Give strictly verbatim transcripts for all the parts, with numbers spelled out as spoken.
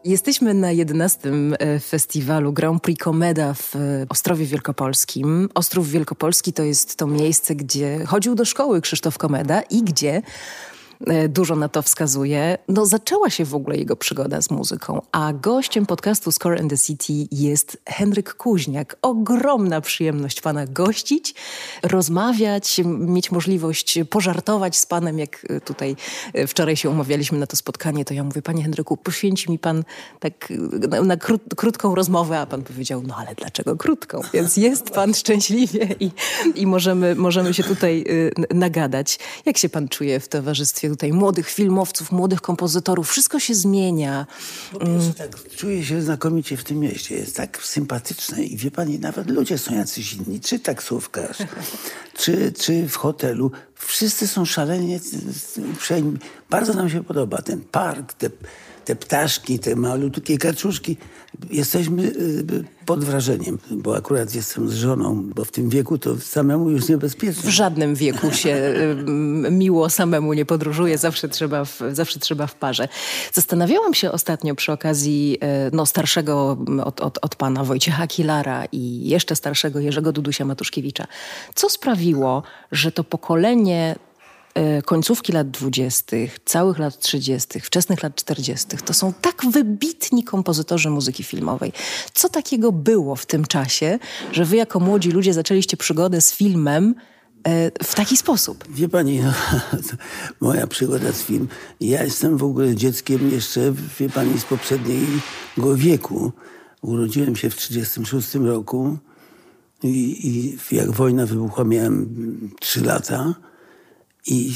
Jesteśmy na jedenastym festiwalu Grand Prix Komeda w Ostrowie Wielkopolskim. Ostrów Wielkopolski to jest to miejsce, gdzie chodził do szkoły Krzysztof Komeda i gdzie, dużo na to wskazuje, no zaczęła się w ogóle jego przygoda z muzyką. A gościem podcastu Score and the City jest Henryk Kuźniak. Ogromna przyjemność pana gościć, rozmawiać, mieć możliwość pożartować z panem, jak tutaj wczoraj się umawialiśmy na to spotkanie, to ja mówię, panie Henryku, poświęci mi pan tak na, na krót, krótką rozmowę, a pan powiedział, no ale dlaczego krótką? Więc jest pan szczęśliwie i, i możemy, możemy się tutaj y, nagadać. Jak się pan czuje w towarzystwie tutaj młodych filmowców, młodych kompozytorów? Wszystko się zmienia. Po prostu tak, czuję się znakomicie w tym mieście. Jest tak sympatyczne i wie pani, nawet ludzie są jacyś inni. Czy taksówkarz, czy, czy w hotelu. Wszyscy są szalenie uprzejmi. Bardzo nam się podoba ten park, te, te ptaszki, te malutkie kaczuszki. Jesteśmy pod wrażeniem, bo akurat jestem z żoną, bo w tym wieku to samemu już niebezpiecznie. W żadnym wieku się miło samemu nie podróżuje, zawsze trzeba w, zawsze trzeba w parze. Zastanawiałam się ostatnio przy okazji no, starszego od, od, od pana Wojciecha Kilara i jeszcze starszego Jerzego Dudusia Matuszkiewicza. Co sprawiło, że to pokolenie końcówki lat dwudziestych, całych lat trzydziestych, wczesnych lat czterdziestych, to są tak wybitni kompozytorzy muzyki filmowej. Co takiego było w tym czasie, że wy jako młodzi ludzie zaczęliście przygodę z filmem w taki sposób? Wie pani, no, moja przygoda z film. Ja jestem w ogóle dzieckiem jeszcze, wie pani, z poprzedniego wieku. Urodziłem się w trzydziestym szóstym roku i, i jak wojna wybuchła, miałem trzy lata. I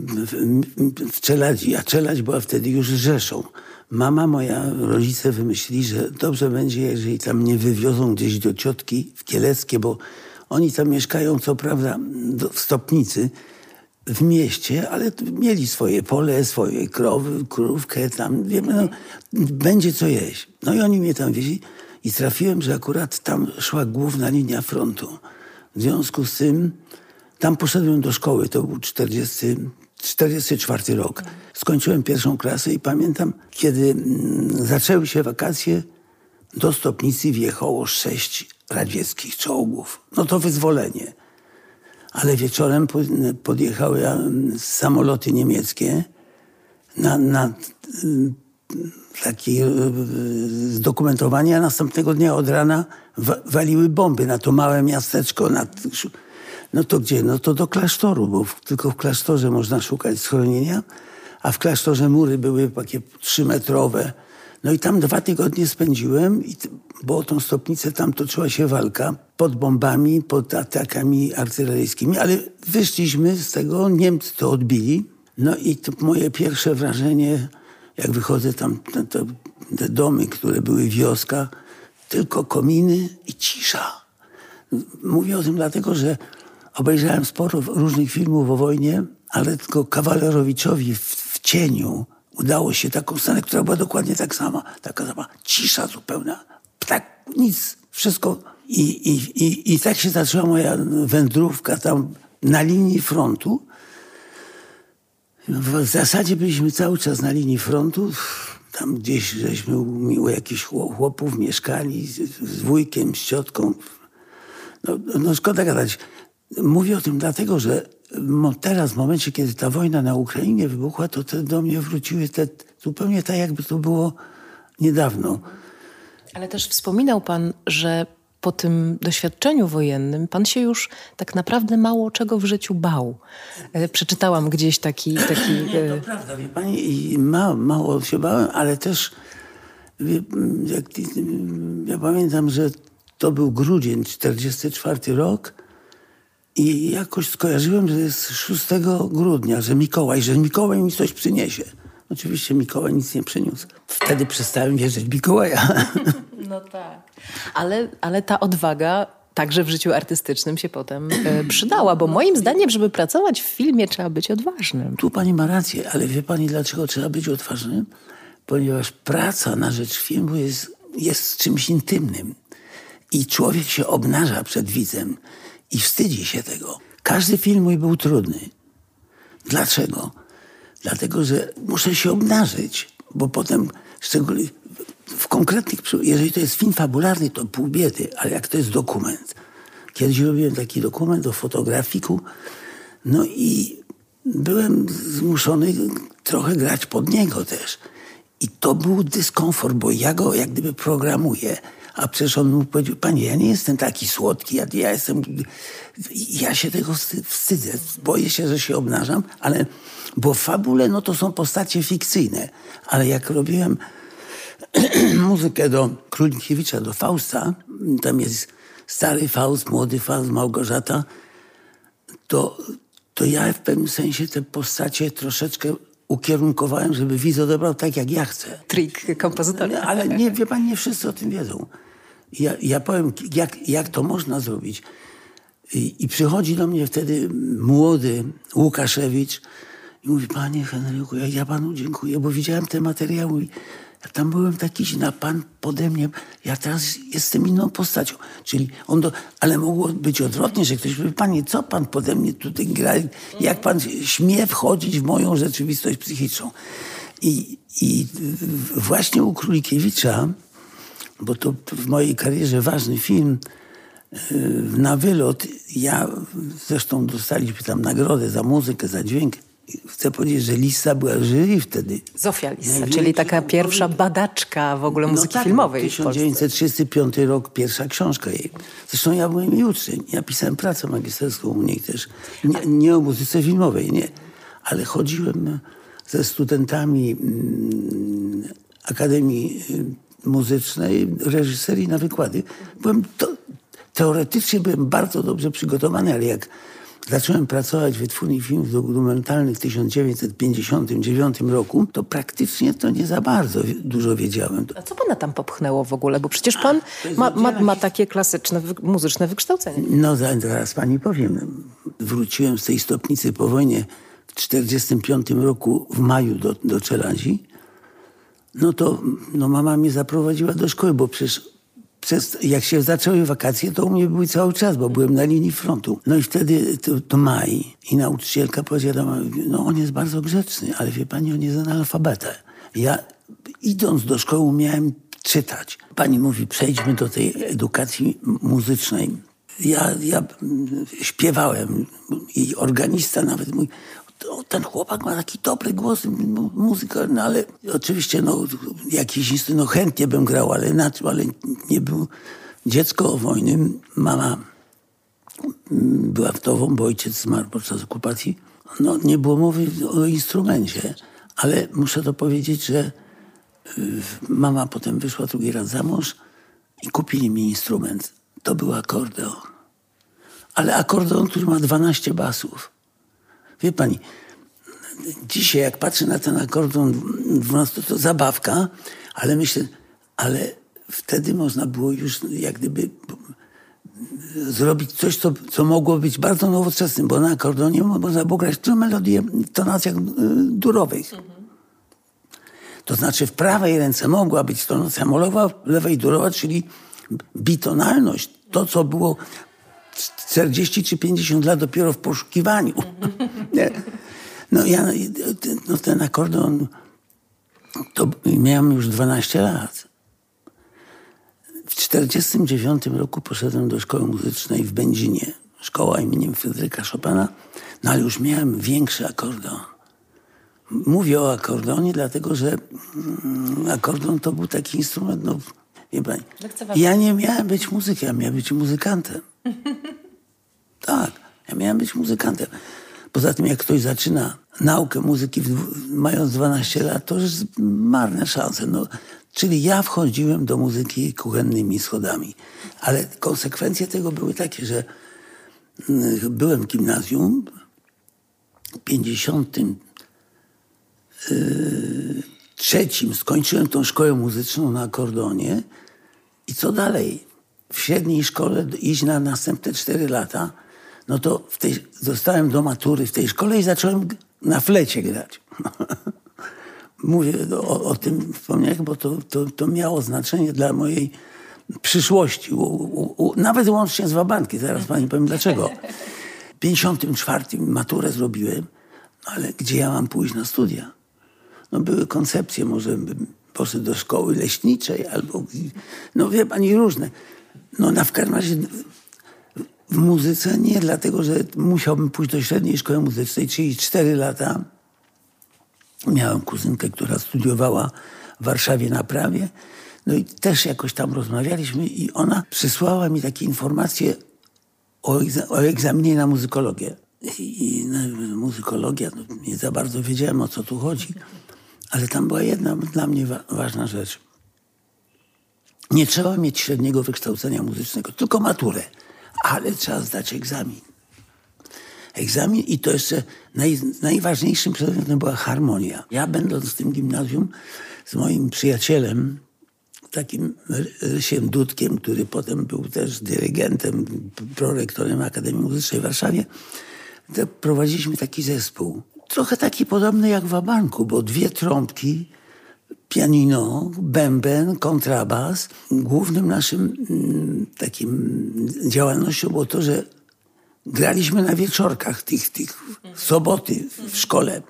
w Czeladzi, a Czeladź była wtedy już Rzeszą. Mama moja, rodzice wymyślili, że dobrze będzie, jeżeli tam mnie wywiozą gdzieś do ciotki w Kieleckie, bo oni tam mieszkają, co prawda, w Stopnicy, w mieście, ale mieli swoje pole, swoje krowy, krówkę tam, wiemy, no, będzie co jeść. No i oni mnie tam wieźli i trafiłem, że akurat tam szła główna linia frontu. W związku z tym tam poszedłem do szkoły, to był czterdziesty, czterdziesty czwarty rok. Skończyłem pierwszą klasę i pamiętam, kiedy zaczęły się wakacje, do Stopnicy wjechało sześć radzieckich czołgów. No to wyzwolenie. Ale wieczorem podjechały samoloty niemieckie na, na takie zdokumentowanie, a następnego dnia od rana waliły bomby na to małe miasteczko nad... No to gdzie? No to do klasztoru, bo w, tylko w klasztorze można szukać schronienia, a w klasztorze mury były takie trzymetrowe. No i tam dwa tygodnie spędziłem, i, bo o tą Stopnicę tam toczyła się walka pod bombami, pod atakami artyleryjskimi, ale wyszliśmy z tego, Niemcy to odbili. No i to moje pierwsze wrażenie, jak wychodzę tam, te, te, te domy, które były wioska, tylko kominy i cisza. Mówię o tym dlatego, że obejrzałem sporo różnych filmów o wojnie, ale tylko Kawalerowiczowi w, w Cieniu udało się taką scenę, która była dokładnie tak sama. Taka sama cisza zupełna. Tak, nic, wszystko. I, i, i, i tak się zaczęła moja wędrówka tam na linii frontu. W zasadzie byliśmy cały czas na linii frontu. Tam gdzieś żeśmy u jakichś chłopów mieszkali z, z wujkiem, z ciotką. No, no szkoda gadać. Mówię o tym dlatego, że teraz w momencie, kiedy ta wojna na Ukrainie wybuchła, to te do mnie wróciły te, zupełnie tak, jakby to było niedawno. Ale też wspominał pan, że po tym doświadczeniu wojennym pan się już tak naprawdę mało czego w życiu bał. Przeczytałam gdzieś taki... taki... Nie, to prawda, wie pani, i ma, mało się bałem, ale też wie, jak, ja pamiętam, że to był grudzień, czterdziesty czwarty rok i jakoś skojarzyłem, że jest szóstego grudnia, że Mikołaj, że Mikołaj mi coś przyniesie. Oczywiście Mikołaj nic nie przyniósł. Wtedy przestałem wierzyć w Mikołaja. No tak. Ale, ale ta odwaga także w życiu artystycznym się potem e, przydała, bo moim zdaniem, żeby pracować w filmie, trzeba być odważnym. Tu pani ma rację, ale wie pani, dlaczego trzeba być odważnym? Ponieważ praca na rzecz filmu jest, jest czymś intymnym. I człowiek się obnaża przed widzem i wstydzi się tego. Każdy film mój był trudny. Dlaczego? Dlatego, że muszę się obnażyć, bo potem szczególnie konkretnych, jeżeli to jest film fabularny, to pół biedy, ale jak to jest dokument. Kiedyś robiłem taki dokument o fotografiku, no i byłem zmuszony trochę grać pod niego też. I to był dyskomfort, bo ja go jak gdyby programuję. A przecież on mu powiedział, panie, ja nie jestem taki słodki, ja, ja jestem... Ja się tego wstydzę, boję się, że się obnażam, ale... Bo w fabule, no to są postacie fikcyjne. Ale jak robiłem muzykę do Królikiewicza, do Fausta, tam jest stary Faust, młody Faust, Małgorzata, to, to ja w pewnym sensie te postacie troszeczkę ukierunkowałem, żeby widz odebrał tak, jak ja chcę. Trik kompozytora. Ale nie, wie pan, nie wszyscy o tym wiedzą. Ja, ja powiem, jak, jak to można zrobić. I, I przychodzi do mnie wtedy młody Łukaszewicz i mówi, panie Henryku, ja, ja panu dziękuję, bo widziałem te materiały. Ja tam byłem taki źle, pan pode mnie, ja teraz jestem inną postacią. Czyli on do, ale mogło być odwrotnie, że ktoś mówi, panie, co pan pode mnie tutaj gra? Jak pan śmie wchodzić w moją rzeczywistość psychiczną? I, i właśnie u Królikiewicza, bo to w mojej karierze ważny film, na wylot, ja zresztą dostaliśmy tam nagrodę za muzykę, za dźwięk. Chcę powiedzieć, że Lissa była jury wtedy. Zofia Lissa, czyli taka pierwsza badaczka w ogóle muzyki no tak, filmowej. tysiąc dziewięćset trzydziesty piąty rok, pierwsza książka jej. Zresztą ja byłem jej uczniem. Ja pisałem pracę magisterską u niej też. Nie, nie o muzyce filmowej, nie. Ale chodziłem ze studentami mm, Akademii Muzycznej, reżyserii na wykłady. Byłem to, teoretycznie byłem bardzo dobrze przygotowany, ale jak zacząłem pracować w Wytwórni Filmów Dokumentalnych w tysiąc dziewięćset pięćdziesiątym dziewiątym roku, to praktycznie to nie za bardzo dużo wiedziałem. A co pana tam popchnęło w ogóle? Bo przecież pan ma, ma, ma takie klasyczne, wy, muzyczne wykształcenie. No zaraz pani powiem. Wróciłem z tej Stopnicy po wojnie w czterdziestym piątym roku w maju do, do Czeladzi. No to no mama mnie zaprowadziła do szkoły, bo przecież Przez, jak się zaczęły wakacje, to u mnie były cały czas, bo byłem na linii frontu. No i wtedy to, to maj i nauczycielka powiedziała, no on jest bardzo grzeczny, ale wie pani, on jest analfabeta. Ja idąc do szkoły umiałem czytać. Pani mówi, przejdźmy do tej edukacji muzycznej. Ja, ja śpiewałem i organista nawet mój, ten chłopak ma taki dobry głos muzykalny, ale oczywiście no, jakiś instrument, no chętnie bym grał, ale, na, ale nie był. Dziecko wojny, mama była wdową, bo ojciec zmarł podczas okupacji. No nie było mowy o instrumencie, ale muszę to powiedzieć, że mama potem wyszła drugi raz za mąż i kupili mi instrument. To był akordeon. Ale akordeon, który ma dwanaście basów. Wie pani, dzisiaj jak patrzę na ten akordeon dwunasto, to zabawka, ale myślę, ale wtedy można było już jak gdyby zrobić coś, co, co mogło być bardzo nowoczesnym, bo na akordeonie można było grać tę melodię w tonacjach durowych. Mhm. To znaczy w prawej ręce mogła być tonacja molowa, w lewej durowa, czyli bitonalność. To, co było czterdzieści czy pięćdziesiąt lat dopiero w poszukiwaniu. Nie. No ja no ten akordeon to miałem już dwanaście lat. W czterdziestym dziewiątym roku poszedłem do szkoły muzycznej w Będzinie. Szkoła imieniem Fryderyka Chopina, no ale już miałem większy akordeon. Mówię o akordeonie, dlatego że akordeon to był taki instrument, no wie pani, ja nie miałem być muzykiem, ja miałem być muzykantem. Tak, ja miałem być muzykantem. Poza tym, jak ktoś zaczyna naukę muzyki w, mając dwanaście lat, to już marne szanse. No, czyli ja wchodziłem do muzyki kuchennymi schodami. Ale konsekwencje tego były takie, że byłem w gimnazjum w pięćdziesiątym trzecim skończyłem tą szkołę muzyczną na akordeonie i co dalej? W średniej szkole iść na następne cztery lata, no to w tej, zostałem do matury w tej szkole i zacząłem na flecie grać. Mówię o, o tym wspomniałem, bo to, to, to miało znaczenie dla mojej przyszłości. U, u, u, nawet łącznie z wabanki, zaraz pani powiem dlaczego. W pięćdziesiątym czwartym maturę zrobiłem, ale gdzie ja mam pójść na studia? No były koncepcje, może poszedł do szkoły leśniczej albo, no wie pani, różne. No na w każdym razie w muzyce nie, dlatego że musiałbym pójść do średniej szkoły muzycznej, czyli cztery lata. Miałem kuzynkę, która studiowała w Warszawie na prawie. No i też jakoś tam rozmawialiśmy i ona przysłała mi takie informacje o, egza- o egzaminie na muzykologię. I, i no, muzykologia, no, nie za bardzo wiedziałem, o co tu chodzi. Ale tam była jedna dla mnie wa- ważna rzecz. Nie trzeba mieć średniego wykształcenia muzycznego, tylko maturę. Ale trzeba zdać egzamin. Egzamin i to jeszcze naj, najważniejszym przedmiotem była harmonia. Ja będąc w tym gimnazjum z moim przyjacielem, takim Rysiem Dudkiem, który potem był też dyrygentem, prorektorem Akademii Muzycznej w Warszawie, to prowadziliśmy taki zespół. Trochę taki podobny jak w Wabanku, bo dwie trąbki, pianino, bęben, kontrabas. Głównym naszym mm, takim działalnością było to, że graliśmy na wieczorkach tych, tych soboty w szkole,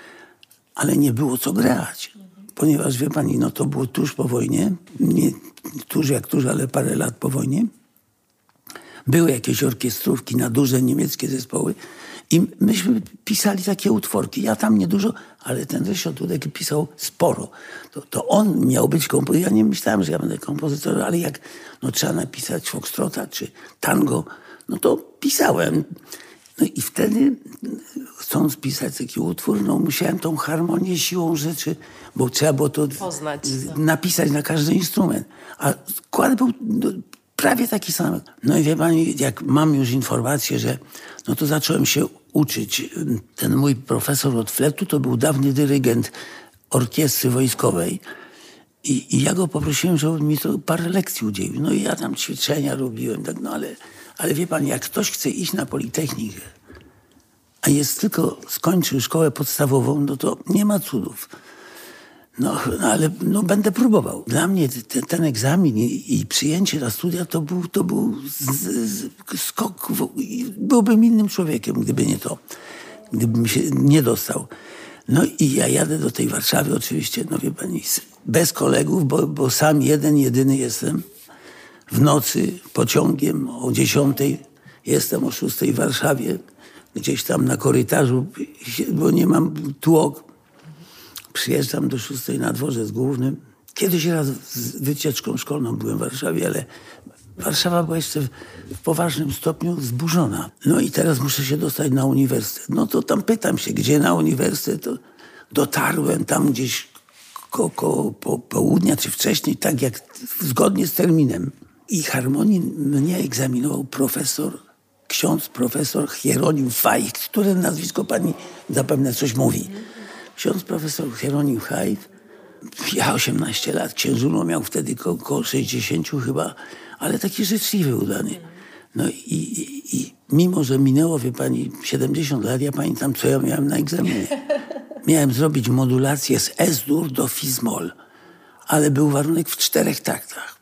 ale nie było co grać. Ponieważ, wie pani, no to było tuż po wojnie, nie tuż jak tuż, ale parę lat po wojnie. Były jakieś orkiestrówki na duże niemieckie zespoły i myśmy pisali takie utworki. Ja tam niedużo, ale ten Rysio Dudek pisał sporo. To, to on miał być kompozytorem. Ja nie myślałem, że ja będę kompozytorem, ale jak no, trzeba napisać foxtrota czy tango, no to pisałem. No i wtedy, chcąc pisać taki utwór, no musiałem tą harmonię siłą rzeczy, bo trzeba było to poznać, napisać na każdy instrument. A skład był prawie taki sam. No i wie pani, jak mam już informację, że no to zacząłem się uczyć. Ten mój profesor od fletu to był dawny dyrygent orkiestry wojskowej. I, i ja go poprosiłem, żeby mi to parę lekcji udzielił. No i ja tam ćwiczenia robiłem, tak, no ale, ale wie pan, jak ktoś chce iść na Politechnikę, a jest tylko, skończył szkołę podstawową, no to nie ma cudów. No, no ale no, będę próbował. Dla mnie te, ten egzamin i, i przyjęcie na studia to był, to był z, z, skok. W, byłbym innym człowiekiem, gdyby nie to. Gdybym się nie dostał. No i ja jadę do tej Warszawy oczywiście, no wie pani, bez kolegów, bo, bo sam jeden, jedyny jestem. W nocy pociągiem o dziesiątej jestem o szóstej w Warszawie. Gdzieś tam na korytarzu, bo nie mam tłok. Przyjeżdżam do szóstej na dworzec głównym. Kiedyś raz z wycieczką szkolną byłem w Warszawie, ale Warszawa była jeszcze w poważnym stopniu zburzona. No i teraz muszę się dostać na uniwersytet. No to tam pytam się, gdzie na uniwersytet, to dotarłem tam gdzieś ko- koło po, południa, czy wcześniej, tak jak zgodnie z terminem. I harmonii mnie egzaminował profesor, ksiądz profesor Hieronim Fajch, które nazwisko pani zapewne coś mówi. Ksiądz profesor Hieronim Fajch, ja osiemnaście lat, księżulo miał wtedy ko- koło sześćdziesięciu chyba, ale taki życzliwy, udany. No i, i, i mimo, że minęło, wie pani, siedemdziesiąt lat, ja pamiętam, co ja miałem na egzaminie. Miałem zrobić modulację z S-dur do Fis-moll, ale był warunek w czterech taktach.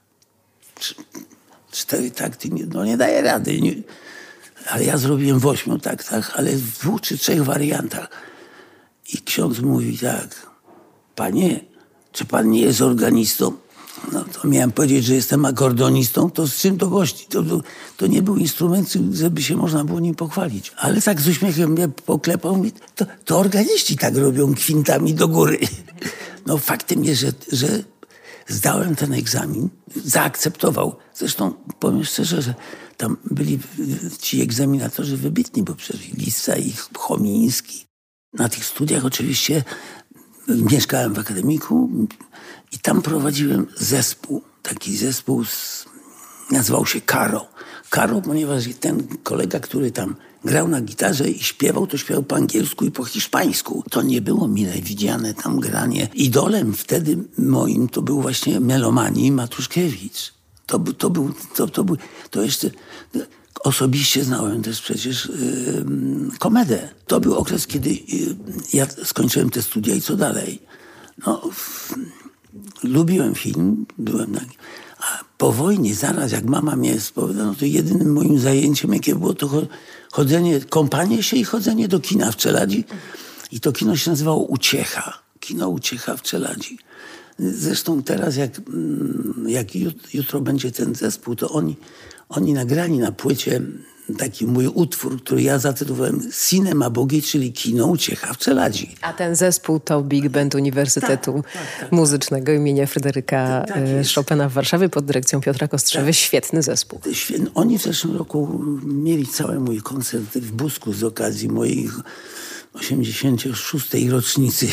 Cztery takty, no nie daje rady. Nie. Ale ja zrobiłem w ośmiu taktach, ale w dwóch czy trzech wariantach. I ksiądz mówi tak: panie, czy pan nie jest organistą? No to miałem powiedzieć, że jestem akordonistą, to z czym to gości? To, to, to nie był instrument, żeby się można było nim pochwalić. Ale tak z uśmiechem mnie poklepał, mówi, to, to organiści tak robią kwintami do góry. No faktem jest, że, że zdałem ten egzamin, zaakceptował. Zresztą powiem szczerze, że tam byli ci egzaminatorzy wybitni, bo przecież Lisa i Chomiński. Na tych studiach oczywiście mieszkałem w akademiku i tam prowadziłem zespół. Taki zespół z, nazywał się Karo. Karo, ponieważ ten kolega, który tam grał na gitarze i śpiewał, to śpiewał po angielsku i po hiszpańsku. To nie było mile widziane tam granie. Idolem wtedy moim to był właśnie Melomani Matuszkiewicz. To, to był, to, to był, to jeszcze... Osobiście znałem też przecież yy, Komedę. To był okres, kiedy yy, ja skończyłem te studia i co dalej. No, w, lubiłem film, byłem na... A po wojnie, zaraz jak mama mnie spowiadała, no to jedynym moim zajęciem, jakie było, to chodzenie, kąpanie się i chodzenie do kina w Czeladzi. I to kino się nazywało Uciecha. Kino Uciecha w Czeladzi. Zresztą teraz, jak, jak jutro będzie ten zespół, to oni, oni nagrali na płycie taki mój utwór, który ja zatytułowałem Cinema Bogi, czyli kino uciecha w Czeladzi. A ten zespół to Big Band Uniwersytetu tak, tak, tak, Muzycznego imienia Fryderyka tak, tak Chopina w Warszawie pod dyrekcją Piotra Kostrzewy. Tak. Świetny zespół. Oni w zeszłym roku mieli cały mój koncert w Busku z okazji mojej osiemdziesiątej szóstej rocznicy.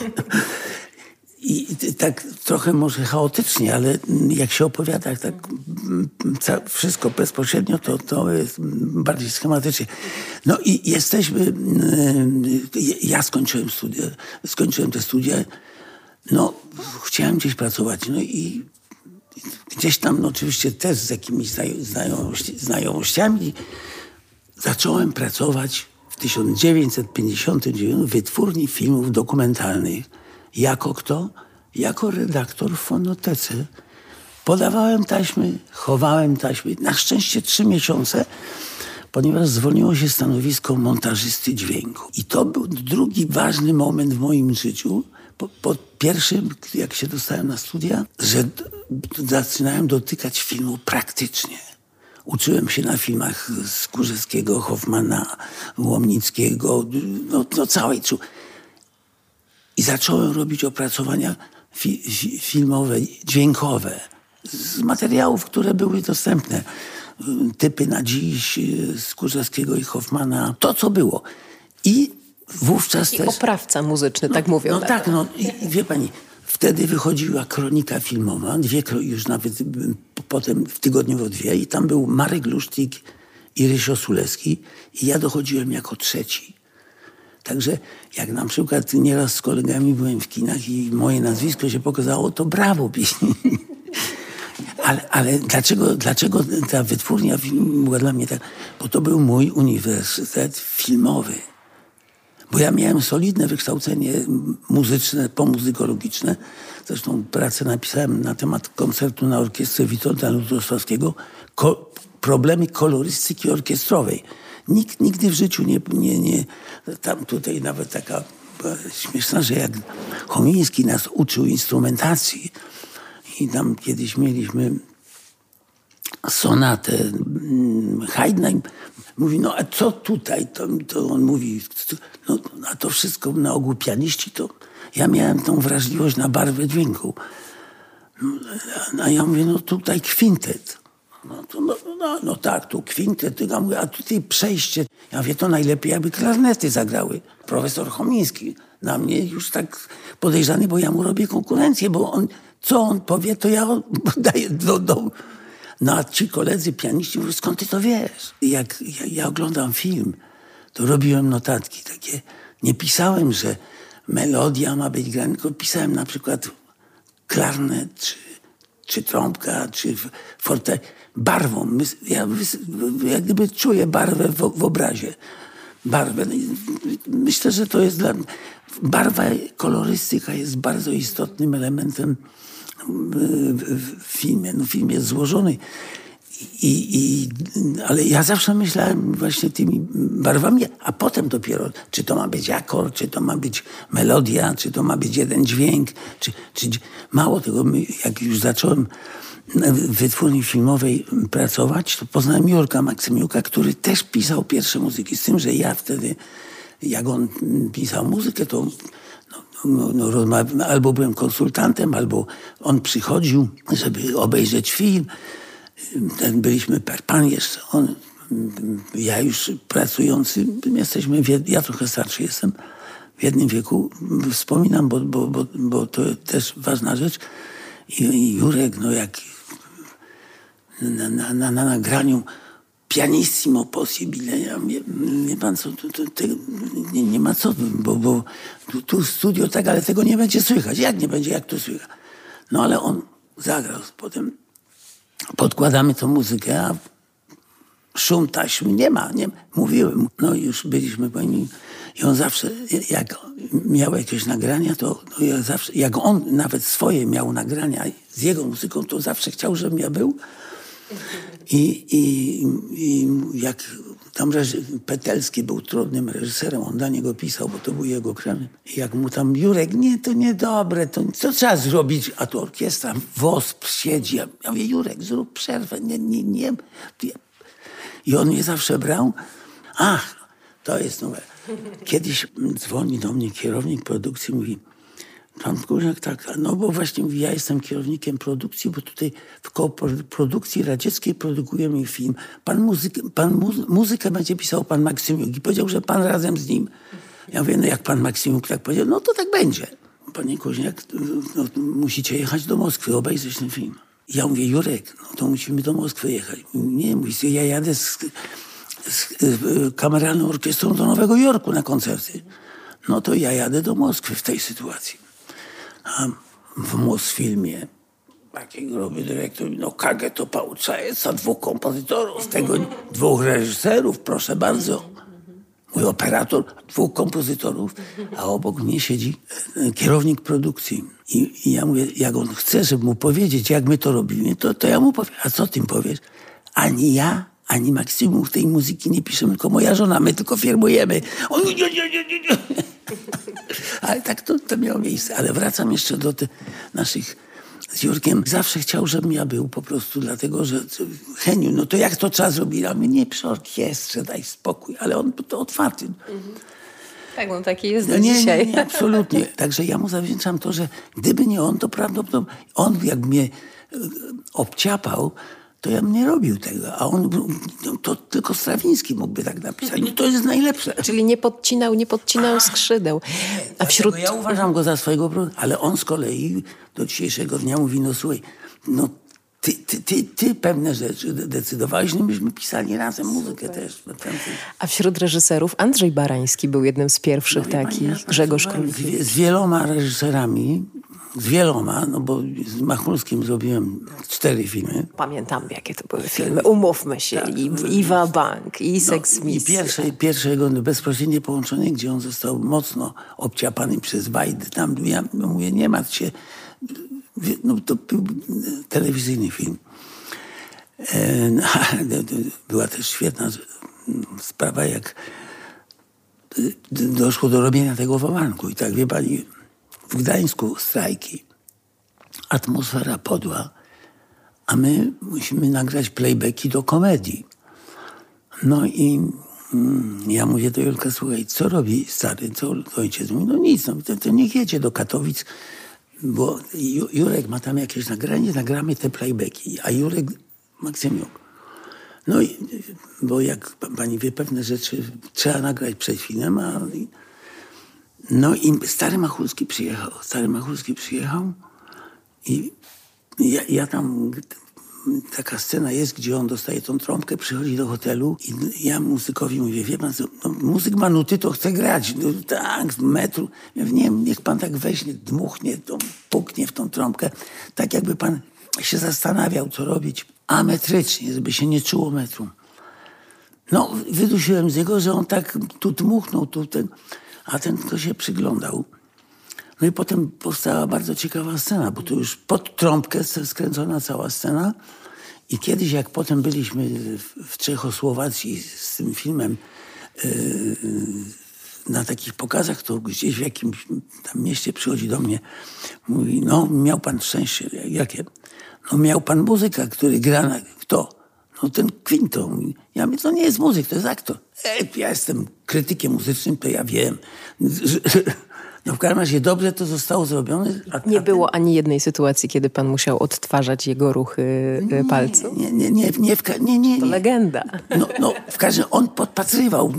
I tak trochę może chaotycznie, ale jak się opowiada tak wszystko bezpośrednio, to, to jest bardziej schematycznie. No i jesteśmy... Ja skończyłem studia, skończyłem te studia. No, chciałem gdzieś pracować. No i gdzieś tam no, oczywiście też z jakimiś znajomości, znajomościami zacząłem pracować w tysiąc dziewięćset pięćdziesiątym dziewiątym w Wytwórni Filmów Dokumentalnych. Jako kto? Jako redaktor w fonotece. Podawałem taśmy, chowałem taśmy. Na szczęście trzy miesiące, ponieważ zwolniło się stanowisko montażysty dźwięku. I to był drugi ważny moment w moim życiu. Po, po pierwszym, jak się dostałem na studia, że zaczynałem dotykać filmu praktycznie. Uczyłem się na filmach Skórzewskiego, Hoffmana, Łomnickiego, no, no całej... I zacząłem robić opracowania fi, fi, filmowe, dźwiękowe z materiałów, które były dostępne. Typy na dziś, Skórzewskiego i Hoffmana. To, co było. I wówczas I też... oprawca muzyczny, no, tak mówią. No tak, no i wie pani, wtedy wychodziła kronika filmowa, dwie, już nawet potem w tygodniowo dwie i tam był Marek Lusztik i Rysio Sulewski i ja dochodziłem jako trzeci. Także jak na przykład nieraz z kolegami byłem w kinach i moje nazwisko się pokazało, to brawo pieśni. ale ale dlaczego, dlaczego ta wytwórnia była dla mnie tak? Bo to był mój uniwersytet filmowy. Bo ja miałem solidne wykształcenie muzyczne, pomuzykologiczne. Zresztą pracę napisałem na temat koncertu na orkiestrze Witolda Lutoslawskiego. Ko- problemy kolorystyki orkiestrowej. Nikt nigdy w życiu nie, nie, nie... Tam tutaj nawet taka śmieszna, że jak Chomiński nas uczył instrumentacji i tam kiedyś mieliśmy sonatę Haydna, mówi, no a co tutaj? To, to on mówi, no a to wszystko na ogół pianiści, to ja miałem tą wrażliwość na barwę dźwięku. A ja mówię, no tutaj kwintet. No, to, no, no, no tak, tu kwintet, a tutaj przejście. Ja mówię, to najlepiej jakby klarnety zagrały. Profesor Chomiński na mnie już tak podejrzany, bo ja mu robię konkurencję, bo on, co on powie, to ja daję do domu. No a ci koledzy pianiści mówią, skąd ty to wiesz? Jak ja, ja oglądam film, to robiłem notatki takie. Nie pisałem, że melodia ma być grana, tylko pisałem na przykład klarnet, czy, czy trąbka, czy forte. Barwą. Ja jak gdyby czuję barwę w, w obrazie. Barwę. Myślę, że to jest dla mnie... Barwa, kolorystyka jest bardzo istotnym elementem w filmie. No, film jest złożony. I, i, ale ja zawsze myślałem właśnie tymi barwami, a potem dopiero, czy to ma być akord, czy to ma być melodia, czy to ma być jeden dźwięk, czy, czy mało tego, jak już zacząłem w wytwórni filmowej pracować, to poznałem Jurka Maksymiuka, który też pisał pierwsze muzyki, z tym, że ja wtedy, jak on pisał muzykę, to no, no, no, albo byłem konsultantem, albo on przychodził, żeby obejrzeć film. Byliśmy per pan jeszcze, on, ja już pracujący, jesteśmy, w, ja trochę starszy jestem, w jednym wieku, wspominam, bo, bo, bo, bo to też ważna rzecz. I, i Jurek, no jak na, na, na, na nagraniu pianissimo possibile, ja wie, wie pan co, to, to, to, nie, nie ma co, bo, bo tu, tu studio tak, ale tego nie będzie słychać. Jak nie będzie, jak to słychać? No ale on zagrał, potem podkładamy tą muzykę, a szum taśmy nie ma, nie mówiłem. No i już byliśmy po nim i on zawsze, jak miał jakieś nagrania, to no ja zawsze, jak on nawet swoje miał nagrania z jego muzyką, to zawsze chciał, żebym ja był. I, i, i jak tam Petelski był trudnym reżyserem, on dla niego pisał, bo to był jego kremy. I jak mu tam Jurek, nie, to niedobre, to co trzeba zrobić? A tu orkiestra, W O S P siedzi. Ja, ja mówię, Jurek, zrób przerwę, nie, nie, nie. I on mnie zawsze brał. Ach, to jest numer. Kiedyś dzwoni do mnie kierownik produkcji, mówi, pan Kuźniak, tak, no bo właśnie mówi, ja jestem kierownikiem produkcji, bo tutaj w produkcji radzieckiej produkujemy film. Pan, muzykę, pan muzy- muzykę będzie pisał pan Maksymiuk i powiedział, że pan razem z nim. Ja mówię, no jak pan Maksymiuk tak powiedział, no to tak będzie. Panie Kuźniak, no, musicie jechać do Moskwy, obejrzeć ten film. Ja mówię, Jurek, no to musimy do Moskwy jechać. Nie, mówi, ja jadę z, z, z kameralną orkiestrą do Nowego Jorku na koncerty. No to ja jadę do Moskwy w tej sytuacji. A w Mosfilmie taki gruby dyrektor, no Kagę to Pałczajeca, dwóch kompozytorów, z tego dwóch reżyserów, proszę bardzo. Mój operator, dwóch kompozytorów, a obok mnie siedzi kierownik produkcji. I, i ja mówię, jak on chce, żeby mu powiedzieć, jak my to robimy, to, to ja mu powiem. A co ty powiesz? Ani ja, ani Maksymum tej muzyki nie piszemy, tylko moja żona, my tylko firmujemy. On, nie, nie, nie, nie, nie. Ale tak to, to miało miejsce. Ale wracam jeszcze do tych naszych z Jurkiem. Zawsze chciał, żebym ja był po prostu, dlatego że Heniu, no to jak to trzeba zrobić? A my nie przy orkiestrze, daj spokój. Ale on to otwarty. Mhm. Tak, on taki jest do no nie, dzisiaj. Nie, nie, absolutnie. Także ja mu zawdzięczam to, że gdyby nie on, to prawdopodobnie on jak mnie obciapał, to ja bym nie robił tego. A on, to tylko Strawiński mógłby tak napisać. No to jest najlepsze. Czyli nie podcinał, nie podcinał skrzydeł. A wśród... Ja uważam go za swojego, ale on z kolei do dzisiejszego dnia mówi, no słuchaj, no ty, ty, ty, ty pewne rzeczy decydowałeś, no myśmy pisali razem muzykę też. A wśród reżyserów Andrzej Barański był jednym z pierwszych no, takich, ja Grzegorz Król. Z, z wieloma reżyserami, z wieloma, no bo z Machulskim zrobiłem cztery filmy. Pamiętam, jakie to były filmy. Umówmy się. Tak, I Iwa Bank, i Seks no, Misja. I pierwsze, pierwsze jego Bezpośrednie połączenie, gdzie on został mocno obciapany przez Wajdy. Tam ja no, mówię, nie martw się. No, to był telewizyjny film. E, no, była też świetna sprawa, jak doszło do robienia tego w Omanku. I tak, wie pani, w Gdańsku strajki, atmosfera podła, a my musimy nagrać playbacki do komedii. No i mm, ja mówię do Jurka, słuchaj, co robi stary, co ojciec? Mówi, no nic, no, to, to niech jedzie do Katowic, bo Jurek ma tam jakieś nagranie, nagramy te playbacki, a Jurek Maksymiuk. No i, bo jak pani wie, pewne rzeczy trzeba nagrać przed filmem, a... No i stary Machulski przyjechał, stary Machulski przyjechał i ja, ja tam, taka scena jest, gdzie on dostaje tą trąbkę, przychodzi do hotelu i ja muzykowi mówię, wie pan co, no, muzyk ma nuty, to chce grać, no, tak, w metru. Ja mówię, nie, niech pan tak weźmie, dmuchnie, to puknie w tą trąbkę, tak jakby pan się zastanawiał, co robić, ametrycznie, żeby się nie czuło metru. No, wydusiłem z niego, że on tak tu dmuchnął, tu ten... A ten, kto się przyglądał. No i potem powstała bardzo ciekawa scena, bo tu już pod trąbkę skręcona cała scena. I kiedyś, jak potem byliśmy w Czechosłowacji z tym filmem yy, na takich pokazach, to gdzieś w jakimś tam mieście przychodzi do mnie, mówi, no miał pan szczęście. Jakie? No miał pan muzyka, który gra na... Kto? No ten Quinto. Ja mówię, to nie jest muzyk, to jest aktor. Ej, ja jestem krytykiem muzycznym, to ja wiem. No w każdym razie dobrze to zostało zrobione. A, nie a było ten... ani jednej sytuacji, kiedy pan musiał odtwarzać jego ruchy nie, palców? Nie, nie, nie. nie, w ka- nie, nie, nie. To legenda. No, no w każdym razie on podpatrywał.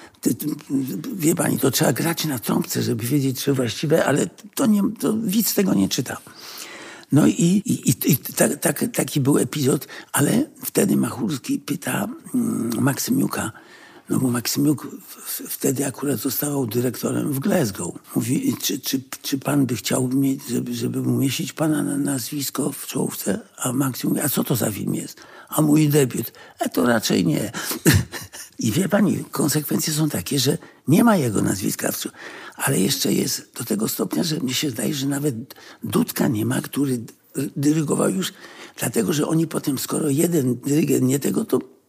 Wie pani, to trzeba grać na trąbce, żeby wiedzieć, czy właściwe, ale to, nie, to widz tego nie czyta. No i, i, i tak, tak, taki był epizod, ale wtedy Machulski pyta mm, Maksymiuka, no bo Maksymiuk w, wtedy akurat zostawał dyrektorem w Glasgow. Mówi, czy, czy, czy pan by chciał mieć, żeby, żeby umieścić pana na nazwisko w czołówce? A Maksymiuk mówi, a co to za film jest? A mój debiut? A to raczej nie. I wie pani, konsekwencje są takie, że nie ma jego nazwiska w czołówce. Ale jeszcze jest do tego stopnia, że mnie się zdaje, że nawet Dudka nie ma, który dyrygował już, dlatego, że oni potem, skoro jeden dyrygent nie tego, to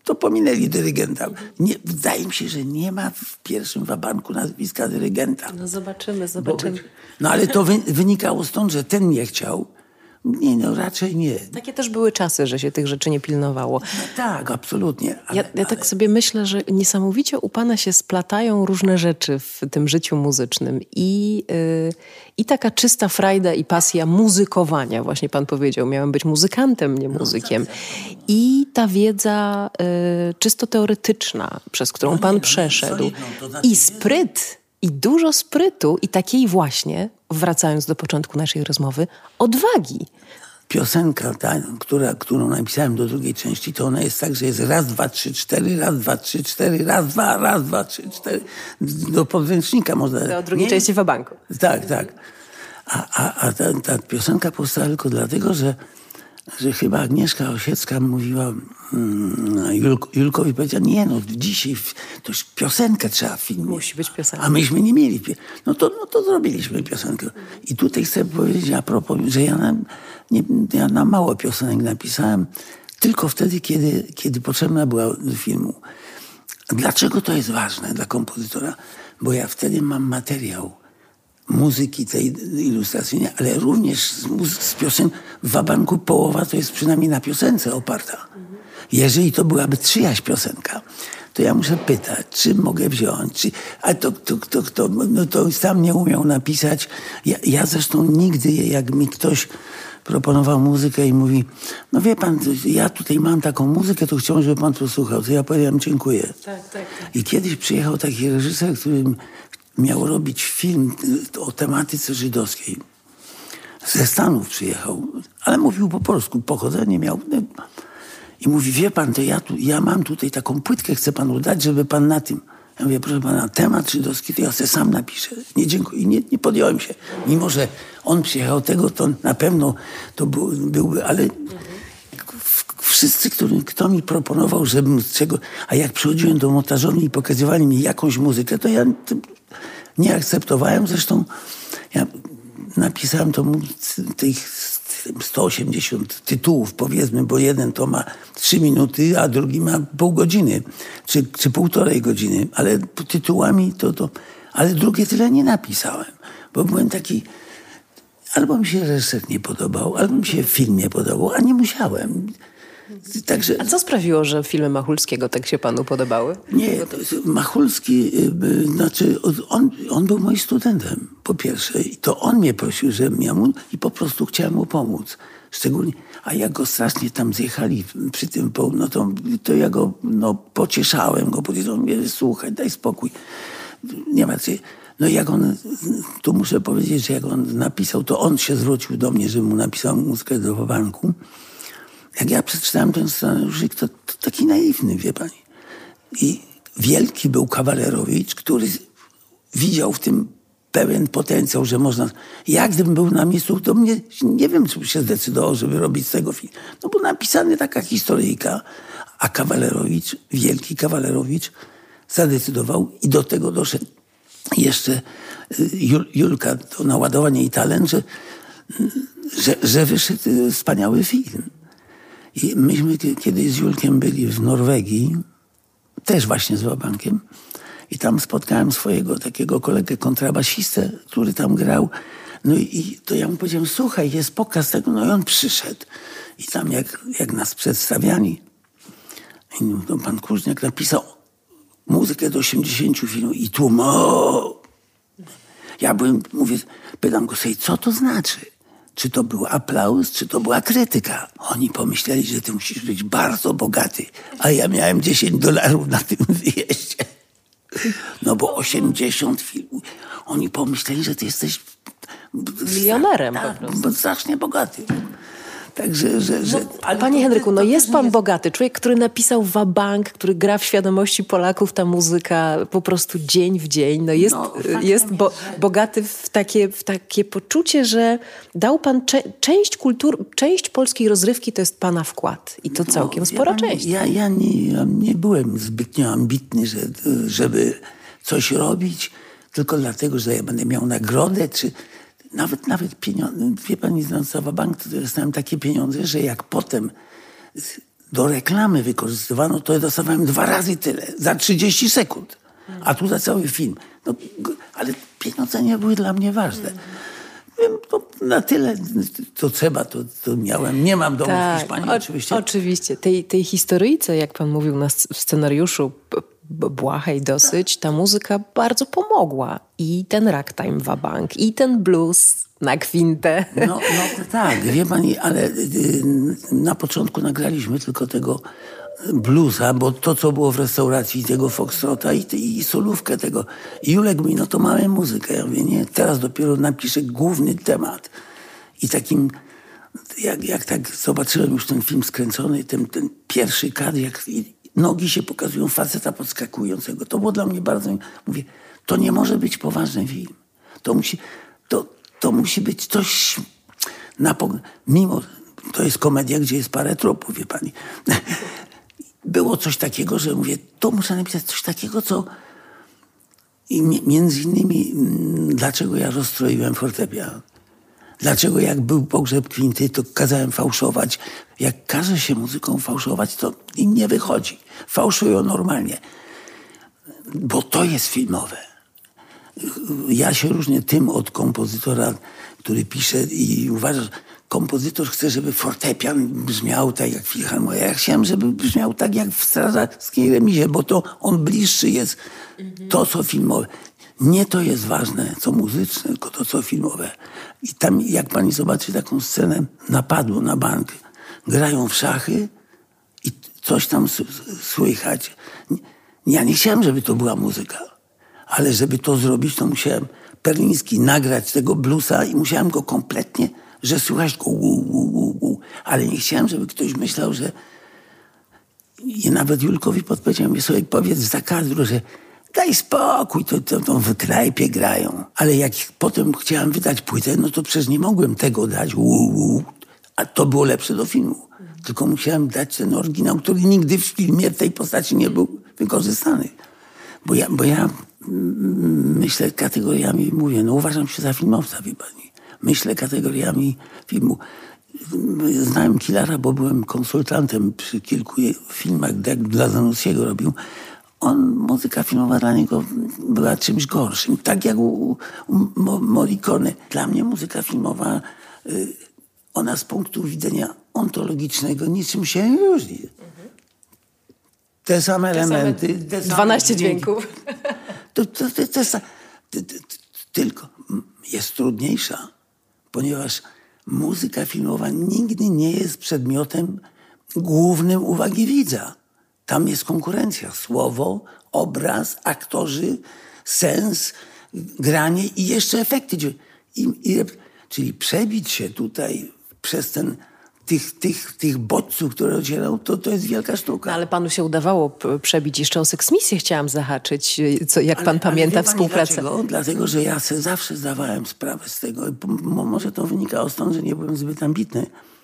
to pominęli dyrygenta. Nie, wydaje mi się, że nie ma w pierwszym wabanku nazwiska dyrygenta. No zobaczymy, zobaczymy. Bo, no ale to wy, wynikało stąd, że ten nie chciał. Nie, no raczej nie. Takie też były czasy, że się tych rzeczy nie pilnowało. No tak, absolutnie. Ale, ja, ja tak ale... sobie myślę, że niesamowicie u pana się splatają różne rzeczy w tym życiu muzycznym. I, yy, i taka czysta frajda i pasja muzykowania. Właśnie pan powiedział, miałem być muzykantem, nie muzykiem. No, tak, tak. I ta wiedza yy, czysto teoretyczna, przez którą no, pan nie, przeszedł. Solidną, to znaczy... I spryt. I dużo sprytu i takiej właśnie, wracając do początku naszej rozmowy, odwagi. Piosenka, ta, która, którą napisałem do drugiej części, to ona jest tak, że jest raz, dwa, trzy, cztery, raz, dwa, trzy, cztery, raz, dwa, raz, dwa, trzy, cztery. Do podręcznika można... Do drugiej nie? części wabanku. Tak, tak. A, a, a ta, ta piosenka powstała tylko dlatego, że że chyba Agnieszka Osiecka mówiła mm, Julk, Julkowi, powiedziała, nie no, dzisiaj to już piosenkę trzeba w filmie. Musi być piosenka. A myśmy nie mieli. No to, no to zrobiliśmy piosenkę. I tutaj chcę powiedzieć a propos, że ja na, nie, ja na mało piosenek napisałem, tylko wtedy, kiedy, kiedy potrzebna była do filmu. Dlaczego to jest ważne dla kompozytora? Bo ja wtedy mam materiał muzyki tej ilustracyjnej, ale również z, muzy- z piosen w wabanku połowa to jest przynajmniej na piosence oparta. Jeżeli to byłaby czyjaś piosenka, to ja muszę pytać, czy mogę wziąć, czy, a to, to, to, to, no to sam nie umiał napisać. Ja, ja zresztą nigdy, jak mi ktoś proponował muzykę i mówi, no wie pan, ja tutaj mam taką muzykę, to chciałbym, żeby pan posłuchał. To ja powiedziałem, dziękuję. Tak, tak, tak. I kiedyś przyjechał taki reżyser, który miał robić film o tematyce żydowskiej. Ze Stanów przyjechał, ale mówił po polsku, pochodzenie miał. I mówi, wie pan, to ja, tu, ja mam tutaj taką płytkę, chcę panu dać, żeby pan na tym... Ja mówię, proszę pana, temat żydowski to ja sobie sam napiszę. Nie, dziękuję. Nie, nie podjąłem się. Mimo, że on przyjechał tego, to na pewno to był, byłby, ale... Wszyscy, który, kto mi proponował, żebym z czego... A jak przychodziłem do montażowni i pokazywali mi jakąś muzykę, to ja nie akceptowałem. Zresztą ja napisałem to tych sto osiemdziesiąt tytułów, powiedzmy, bo jeden to ma trzy minuty, a drugi ma pół godziny, czy, czy półtorej godziny. Ale tytułami to, to... Ale drugie tyle nie napisałem, bo byłem taki... Albo mi się reżyser nie podobał, albo mi się film nie podobał, a nie musiałem. Także... A co sprawiło, że filmy Machulskiego tak się panu podobały? Nie, Machulski, znaczy on, on był moim studentem, po pierwsze. I to on mnie prosił, żebym ja mu i po prostu chciałem mu pomóc. Szczególnie, a jak go strasznie tam zjechali przy tym, no to, to ja go no, pocieszałem go, powiedziałem, mówię, słuchaj, daj spokój. Nie ma co. No jak on, tu muszę powiedzieć, że jak on napisał, to on się zwrócił do mnie, żebym mu napisał muzykę do wabanku. Jak ja przeczytałem ten scenariusz, to, to taki naiwny, wie pani. I wielki był Kawalerowicz, który widział w tym pełen potencjał, że można... Ja gdybym był na miejscu, to mnie, nie wiem, czy by się zdecydował, żeby robić z tego film. No bo napisana taka historyjka, a Kawalerowicz, wielki Kawalerowicz, zadecydował i do tego doszedł jeszcze Jul, Julka, to naładowanie i talent, że, że, że wyszedł wspaniały film. I myśmy kiedyś z Julkiem byli w Norwegii, też właśnie z wabankiem, i tam spotkałem swojego takiego kolegę kontrabasistę, który tam grał. No i to ja mu powiedziałem, słuchaj, jest pokaz tego, no i on przyszedł. I tam jak, jak nas przedstawiali, i no, pan Kuźniak napisał muzykę do osiemdziesięciu filmów i tłum, o! Ja byłem, mówię, pytam go sobie, co to znaczy? Czy to był aplauz, czy to była krytyka? Oni pomyśleli, że ty musisz być bardzo bogaty, a ja miałem dziesięć dolarów na tym wyjeździe. No bo osiemdziesiąt filmów. Oni pomyśleli, że ty jesteś... milionerem tak, po prostu. Bo strasznie bogaty. Także, że... że no, panie Henryku, no jest pan bogaty. Człowiek, który napisał wabank, który gra w świadomości Polaków, ta muzyka po prostu dzień w dzień. No jest, no, jest bo, bogaty w takie, w takie poczucie, że dał pan cze, część kultury, część polskiej rozrywki to jest pana wkład. I to no, całkiem spora ja, część. Ja, ja, nie, ja nie byłem zbytnio ambitny, że, żeby coś robić, tylko dlatego, że ja będę miał nagrodę, czy... Nawet, nawet pieniądze, wie pani, znając Wabank, to dostałem takie pieniądze, że jak potem do reklamy wykorzystywano, to ja dostawałem dwa razy tyle, za trzydzieści sekund. A tu za cały film. No, ale pieniądze nie były dla mnie ważne. Wiem, to na tyle, to trzeba, to, to miałem. Nie mam domu tak, w Hiszpanii, o, oczywiście. Oczywiście. Tej, tej historyjce, jak pan mówił na, w scenariuszu, błahej dosyć, ta muzyka bardzo pomogła. I ten ragtime wa bank, i ten blues na kwintę. No, no tak, wie pani, ale na początku nagraliśmy tylko tego bluesa, bo to, co było w restauracji, tego foxtrota i, i solówkę tego. I Julek mówi, no to mamy muzykę. Ja mówię, nie, teraz dopiero napiszę główny temat. I takim, jak, jak tak zobaczyłem już ten film skręcony, ten, ten pierwszy kadr, jak nogi się pokazują faceta podskakującego. To było dla mnie bardzo, mówię, to nie może być poważny film. To musi, to, to musi być coś, na, mimo, to jest komedia, gdzie jest parę tropów, wie pani. Było coś takiego, że mówię, to muszę napisać coś takiego, co... I między innymi, dlaczego ja rozstroiłem fortepian. Dlaczego jak był pogrzeb kwinty, to kazałem fałszować. Jak każe się muzyką fałszować, to im nie wychodzi. Fałszują normalnie. Bo to jest filmowe. Ja się różnię tym od kompozytora, który pisze i uważa, że kompozytor chce, żeby fortepian brzmiał tak jak filharmonia. Ja chciałem, żeby brzmiał tak jak w strażackiej remizie, bo to on bliższy jest to, co filmowe. Nie to jest ważne, co muzyczne, tylko to, co filmowe. I tam, jak pani zobaczy taką scenę napadu na bank, grają w szachy i coś tam słychać. Ja nie chciałem, żeby to była muzyka, ale żeby to zrobić, to musiałem Perliński nagrać tego bluesa i musiałem go kompletnie, że słychać go wu, wu, wu, wu. Ale nie chciałem, żeby ktoś myślał, że... I nawet Julkowi podpowiedziałem, mówię sobie, powiedz za kadru, że daj spokój, to, to, to w knajpie grają. Ale jak potem chciałem wydać płytę, no to przecież nie mogłem tego dać. Wu, wu. A to było lepsze do filmu. Tylko musiałem dać ten oryginał, który nigdy w filmie w tej postaci nie był wykorzystany. Bo ja, bo ja myślę kategoriami, mówię, no uważam się za filmowca, wie pani. Myślę kategoriami filmu. Znałem Killara, bo byłem konsultantem przy kilku filmach, jak dla Zanussiego robił. On, muzyka filmowa dla niego była czymś gorszym. Tak jak u, u Morricone. Dla mnie muzyka filmowa, ona z punktu widzenia ontologicznego niczym się nie różni. Te same te elementy. Same te same dwanaście dźwięków. To, to, to, to, to, to, tylko jest trudniejsza, ponieważ muzyka filmowa nigdy nie jest przedmiotem głównym uwagi widza. Tam jest konkurencja. Słowo, obraz, aktorzy, sens, granie i jeszcze efekty. I, i, czyli przebić się tutaj przez ten, tych, tych, tych bodźców, które docierał, to, to jest wielka sztuka. No, ale panu się udawało przebić. Jeszcze o Seksmisję chciałam zahaczyć, co, jak pan ale, pamięta ale współpracę. Dlaczego? Dlatego, że ja sobie zawsze zdawałem sprawę z tego. Może to wynikało stąd, że nie byłem zbyt ambitny.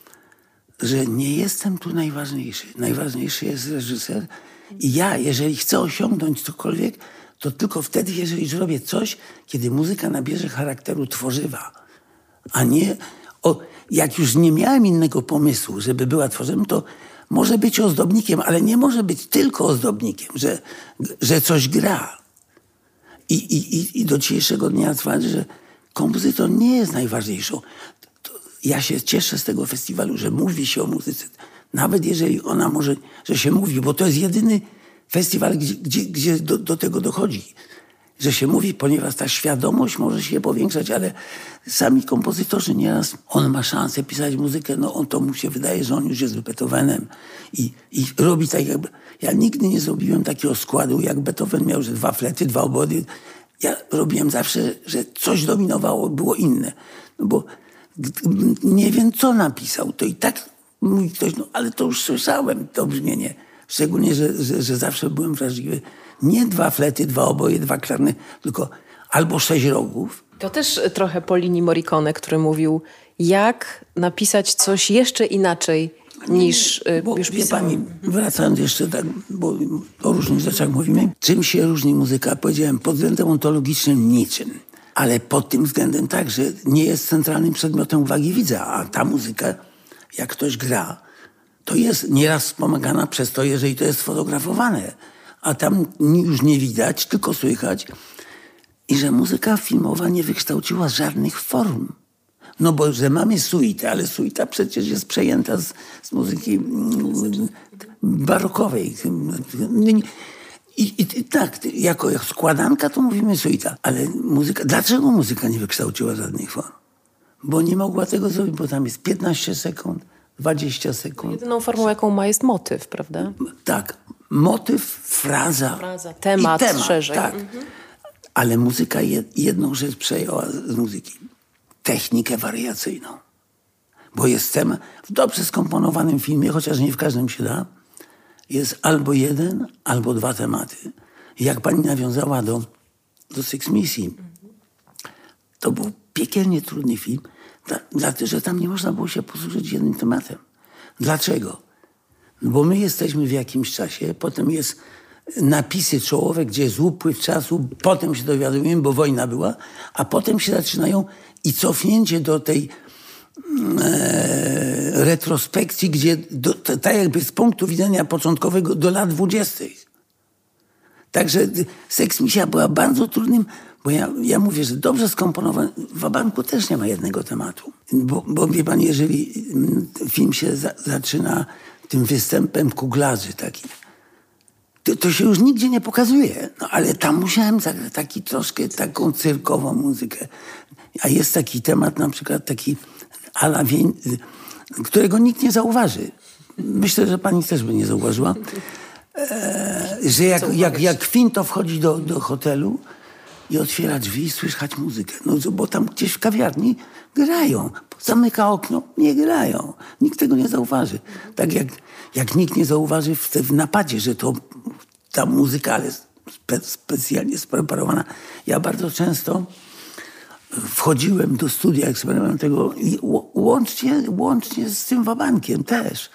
Że nie jestem tu najważniejszy. Najważniejszy jest reżyser. I ja, jeżeli chcę osiągnąć cokolwiek, to tylko wtedy, jeżeli zrobię coś, kiedy muzyka nabierze charakteru tworzywa. A nie... O, jak już nie miałem innego pomysłu, żeby była tworzem, to może być ozdobnikiem, ale nie może być tylko ozdobnikiem, że, że coś gra. I, i, I do dzisiejszego dnia twierdzę, że kompozytor nie jest najważniejszą. Ja się cieszę z tego festiwalu, że mówi się o muzyce. Nawet jeżeli ona może, że się mówi, bo to jest jedyny festiwal, gdzie, gdzie, gdzie do, do tego dochodzi. Że się mówi, ponieważ ta świadomość może się powiększać, ale sami kompozytorzy nieraz, on ma szansę pisać muzykę, no on to mu się wydaje, że on już jest Beethovenem i, i robi tak jakby... Ja nigdy nie zrobiłem takiego składu, jak Beethoven miał, że dwa flety, dwa obody. Ja robiłem zawsze, że coś dominowało, było inne. No bo nie wiem, co napisał, to i tak mówi ktoś, no ale to już słyszałem, to brzmienie. Szczególnie, że, że, że zawsze byłem wrażliwy. Nie dwa flety, dwa oboje, dwa klarny, tylko albo sześć rogów. To też trochę po linii Morricone, który mówił, jak napisać coś jeszcze inaczej niż bo, już wie pani, wracając jeszcze tak, bo o różnych rzeczach mówimy. Czym się różni muzyka? Powiedziałem, pod względem ontologicznym niczym. Ale pod tym względem tak, że nie jest centralnym przedmiotem uwagi widza. A ta muzyka, jak ktoś gra, to jest nieraz wspomagana przez to, jeżeli to jest sfotografowane. A tam już nie widać, tylko słychać. I że muzyka filmowa nie wykształciła żadnych form. No bo, że mamy suitę, ale suita przecież jest przejęta z, z muzyki barokowej. I, i, i tak, jako jak składanka to mówimy suita. Ale muzyka, dlaczego muzyka nie wykształciła żadnych form? Bo nie mogła tego zrobić, bo tam jest piętnaście sekund, dwadzieścia sekund. Jedyną formą, jaką ma, jest motyw, prawda? Tak, motyw, fraza. Fraza, temat, i temat szerzej. Tak. Mhm. Ale muzyka jedną rzecz przejęła z muzyki. Technikę wariacyjną. Bo jest temat, w dobrze skomponowanym filmie, chociaż nie w każdym się da, jest albo jeden, albo dwa tematy. Jak pani nawiązała do, do Six Misji, to był piekielnie trudny film, dlatego że tam nie można było się posłużyć jednym tematem. Dlaczego? Bo my jesteśmy w jakimś czasie, potem jest napisy czołowe, gdzie jest upływ czasu, potem się dowiadujemy, bo wojna była, a potem się zaczynają i cofnięcie do tej e, retrospekcji, gdzie do, to, tak jakby z punktu widzenia początkowego do lat dwudziestych. Także Seks Misja była bardzo trudnym, bo ja, ja mówię, że dobrze skomponowany, w Wabanku też nie ma jednego tematu. Bo, bo wie pan, jeżeli film się za, zaczyna tym występem kuglarzy takim, to, to się już nigdzie nie pokazuje. No, ale tam musiałem zagrać taki troszkę taką cyrkową muzykę. A jest taki temat na przykład taki ala wień, którego nikt nie zauważy. Myślę, że pani też by nie zauważyła. E, że jak, jak, jak Quinto wchodzi do, do hotelu i otwiera drzwi, słychać muzykę. No, bo tam gdzieś w kawiarni grają. Zamyka okno, nie grają. Nikt tego nie zauważy. Tak jak, jak nikt nie zauważy w, w napadzie, że to ta muzyka jest spe, specjalnie spreparowana. Ja bardzo często wchodziłem do studia eksperymentowego i łącznie, łącznie z tym Wabankiem też.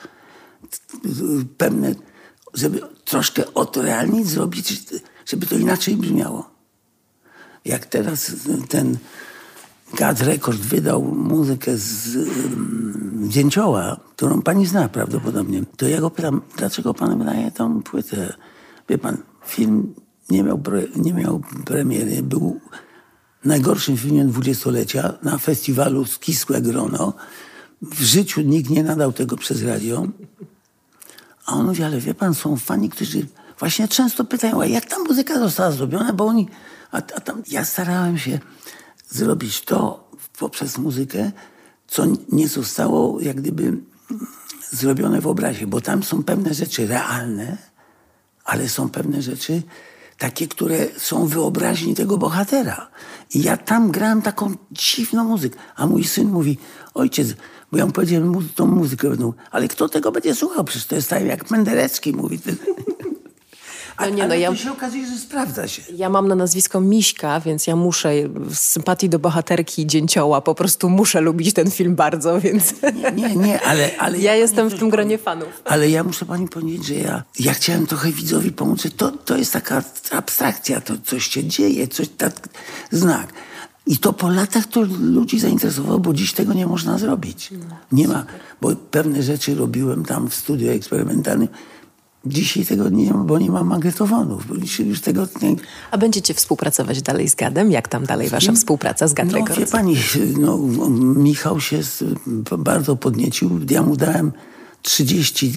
Pewne, żeby troszkę odrealnić, zrobić, żeby to inaczej brzmiało. Jak teraz ten Gad Record wydał muzykę z um, Dzięcioła, którą pani zna prawdopodobnie, to ja go pytam, dlaczego pan wydaje tą płytę? Wie pan, film nie miał, nie miał premiery, był najgorszym filmem dwudziestolecia na festiwalu Skisłe Grono. W życiu nikt nie nadał tego przez radio. A on mówi, ale wie pan, są fani, którzy właśnie często pytają, a jak ta muzyka została zrobiona, bo oni... A, a tam ja starałem się zrobić to poprzez muzykę, co nie zostało jak gdyby zrobione w obrazie, bo tam są pewne rzeczy realne, ale są pewne rzeczy takie, które są wyobraźni tego bohatera. I ja tam grałem taką dziwną muzykę. A mój syn mówi, ojciec, bo ja mu powiedziałem, mu tą muzykę będą, ale kto tego będzie słuchał? Przecież to jest tak jak Penderecki mówi. A, no nie, ale no ja, to się okazuje, że sprawdza się. Ja mam na nazwisko Miśka, więc ja muszę z sympatii do bohaterki Dzięcioła po prostu muszę lubić ten film bardzo, więc... Nie, nie, nie ale... ale ja jestem w tym gronie fanów. Ale ja muszę pani powiedzieć, że ja, ja chciałem trochę widzowi pomóc, że to, to jest taka abstrakcja, to coś się dzieje, coś tak, znak. I to po latach to ludzi zainteresowało, bo dziś tego nie można zrobić. Nie ma, bo pewne rzeczy robiłem tam w studiu eksperymentalnym. Dzisiaj tego nie ma, bo nie ma magnetofonów. Bo już tego nie... A będziecie współpracować dalej z Gadem? Jak tam dalej wasza współpraca z Gad No Records? wie pani, no, Michał się bardzo podniecił. Ja mu dałem trzydzieści...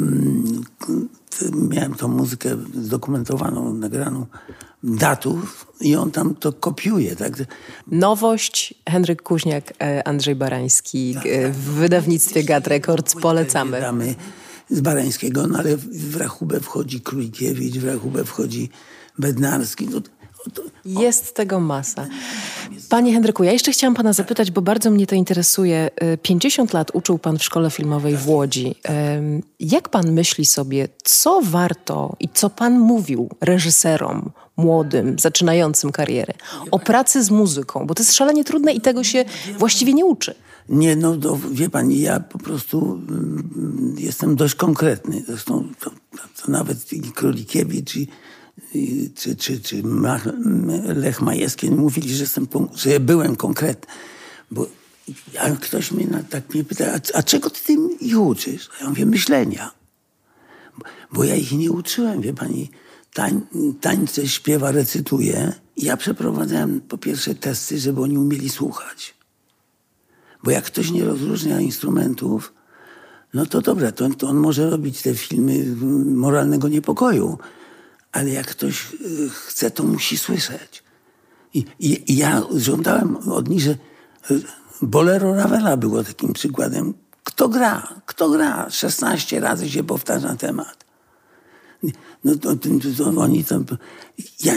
Miałem tą muzykę zdokumentowaną, nagraną datów i on tam to kopiuje. Tak? Nowość, Henryk Kuźniak, Andrzej Barański tak, tak. w wydawnictwie Gad Records. Polecamy. Damy z Barańskiego, no ale w rachubę wchodzi Krójkiewicz, w rachubę wchodzi Bednarski. No, to, Jest tego masa. Panie Henryku, ja jeszcze chciałam pana zapytać, bo bardzo mnie to interesuje. pięćdziesiąt lat uczył pan w szkole filmowej w Łodzi. Jak pan myśli sobie, co warto i co pan mówił reżyserom młodym, zaczynającym karierę o pracy z muzyką? Bo to jest szalenie trudne i tego się właściwie nie uczy. Nie, no to, wie pani, ja po prostu mm, jestem dość konkretny. Zresztą to, to nawet i Królikiewicz i, i, czy, czy, czy Mach, Lech Majewski mówili, że, jestem, że ja byłem konkretny. Bo A ktoś mnie na, tak mnie pyta, a, a czego ty tym ich uczysz? A ja mówię, myślenia. Bo, bo ja ich nie uczyłem, wie pani, tań, tańce, śpiewa, recytuje. I ja przeprowadzałem po pierwsze testy, żeby oni umieli słuchać. Bo jak ktoś nie rozróżnia instrumentów, no to dobra, to, to on może robić te filmy moralnego niepokoju. Ale jak ktoś chce, to musi słyszeć. I, i, i ja żądałem od nich, że Bolero Ravela było takim przykładem. Kto gra? Kto gra? szesnaście razy się powtarza temat. No to, to, to oni tam... Ja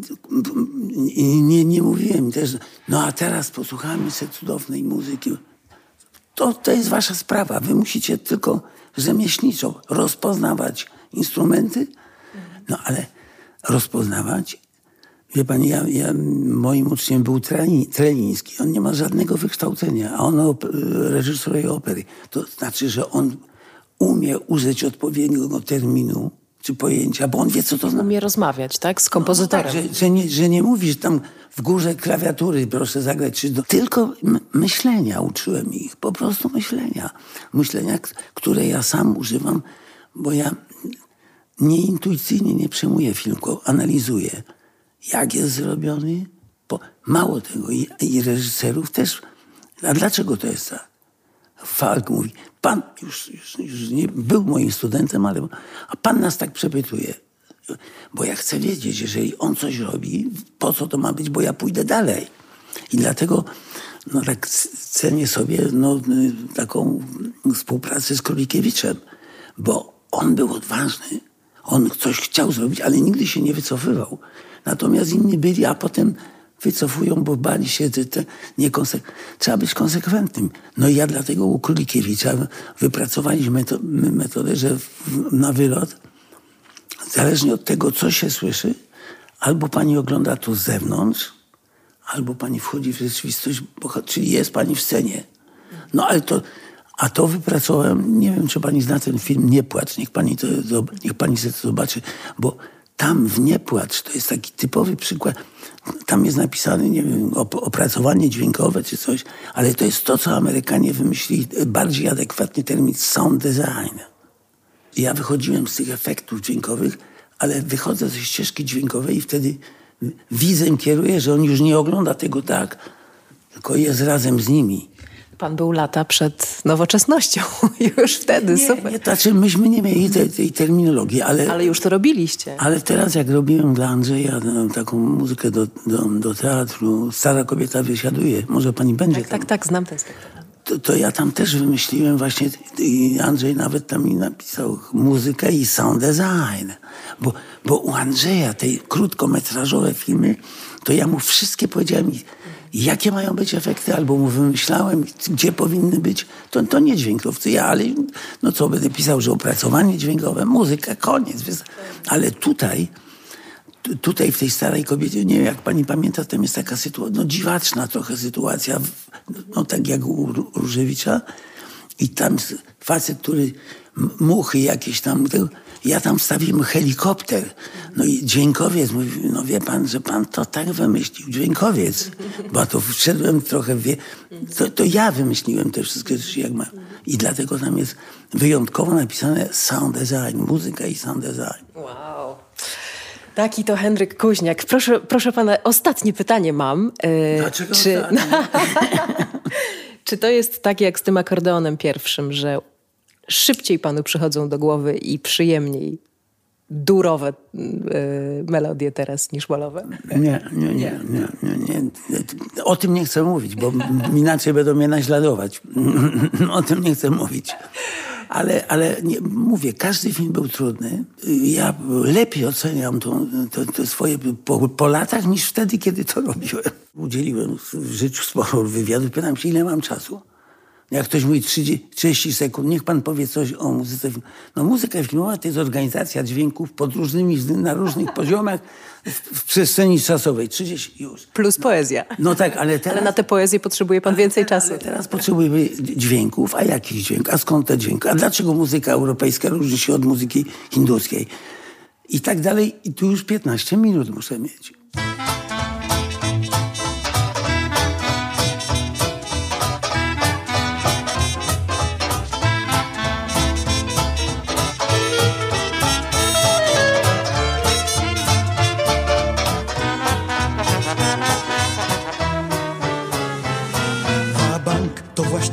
nie, nie mówiłem też, no a teraz posłuchamy sobie cudownej muzyki. To, to jest wasza sprawa. Wy musicie tylko rzemieślniczo rozpoznawać instrumenty, no ale rozpoznawać. Wie pani, ja, ja, moim uczniem był Treliński. On nie ma żadnego wykształcenia, a on op- reżyseruje opery. To znaczy, że on umie użyć odpowiedniego terminu czy pojęcia, bo on wie, co to znaczy. Umie rozmawiać, tak? Z kompozytorem. No, tak, że, że, nie, że nie mówisz tam w górze klawiatury, proszę zagrać. Czy do... Tylko m- myślenia uczyłem ich. Po prostu myślenia. Myślenia, k- które ja sam używam, bo ja nie intuicyjnie nie przejmuję film, tylko analizuję. Jak jest zrobiony? Bo mało tego. I, I reżyserów też. A dlaczego to jest tak? Falk mówi, pan już, już, już nie był moim studentem, ale a pan nas tak przepytuje. Bo ja chcę wiedzieć, jeżeli on coś robi, po co to ma być, bo ja pójdę dalej. I dlatego no, tak cenię sobie no, taką współpracę z Królikiewiczem. Bo on był odważny. On coś chciał zrobić, ale nigdy się nie wycofywał. Natomiast inni byli, a potem wycofują, bo bali się, że te niekonsek- trzeba być konsekwentnym. No i ja dlatego u Królikiewicza wypracowaliśmy meto- metodę, że w, na wylot, zależnie od tego, co się słyszy, albo pani ogląda to z zewnątrz, albo pani wchodzi w rzeczywistość, bo, czyli jest pani w scenie. No ale to... A to wypracowałem, nie wiem, czy pani zna ten film Nie płacz, niech pani to, niech pani sobie to zobaczy, bo tam w Nie płacz to jest taki typowy przykład, tam jest napisane, nie wiem, opracowanie dźwiękowe czy coś, ale to jest to, co Amerykanie wymyślili, bardziej adekwatny termin sound design. Ja wychodziłem z tych efektów dźwiękowych, ale wychodzę ze ścieżki dźwiękowej i wtedy widzem kieruję, że on już nie ogląda tego tak, tylko jest razem z nimi. Pan był lata przed nowoczesnością, już wtedy, nie, super. Nie, znaczy myśmy nie mieli tej, tej terminologii, ale... Ale już to robiliście. Ale teraz jak robiłem dla Andrzeja taką muzykę do, do, do teatru, Stara kobieta wysiaduje, może pani będzie Tak, tam. tak, tak, znam ten spektakl. To, to ja tam też wymyśliłem właśnie, i Andrzej nawet tam mi napisał muzykę i sound design. Bo, bo u Andrzeja te krótkometrażowe filmy, to ja mu wszystkie powiedziałem, jakie mają być efekty, albo mu wymyślałem, gdzie powinny być. To, to nie dźwiękowcy, ja, ale no co, będę pisał, że opracowanie dźwiękowe, muzyka, koniec. Ale tutaj, tutaj w tej Starej kobiecie, nie wiem, jak pani pamięta, tam jest taka sytuacja, no dziwaczna trochę sytuacja, no tak jak u Różewicza. I tam facet, który muchy jakieś tam, ja tam wstawiłem helikopter. No i dźwiękowiec mówi, no wie pan, że pan to tak wymyślił, dźwiękowiec. Bo to wszedłem trochę, wie, to, to ja wymyśliłem te wszystkie rzeczy, jak ma. I dlatego tam jest wyjątkowo napisane sound design, muzyka i sound design. Wow. Taki to Henryk Kuźniak. Proszę, proszę pana, ostatnie pytanie mam. Yy, Dlaczego czy... Czy to jest tak jak z tym akordeonem pierwszym, że szybciej panu przychodzą do głowy i przyjemniej durowe y, melodie teraz niż balowe? Nie, nie, nie, nie, nie, nie. O tym nie chcę mówić, bo inaczej będą mnie naśladować. O tym nie chcę mówić. Ale, ale nie, mówię, każdy film był trudny. Ja lepiej oceniam to, to, to swoje po, po latach niż wtedy, kiedy to robiłem. Udzieliłem w życiu sporo wywiadów. Pytam się, ile mam czasu. Jak ktoś mówi trzydzieści sekund, niech pan powie coś o muzyce. No muzyka filmowa to jest organizacja dźwięków pod różnymi, na różnych poziomach w, w przestrzeni czasowej. trzydzieści już. Plus poezja. No tak, ale teraz... Ale na tę poezję potrzebuje pan więcej teraz, czasu. Ale teraz potrzebujemy dźwięków. A jakich dźwięków? A skąd te dźwięki? A dlaczego muzyka europejska różni się od muzyki hinduskiej? I tak dalej. I tu już piętnaście minut muszę mieć.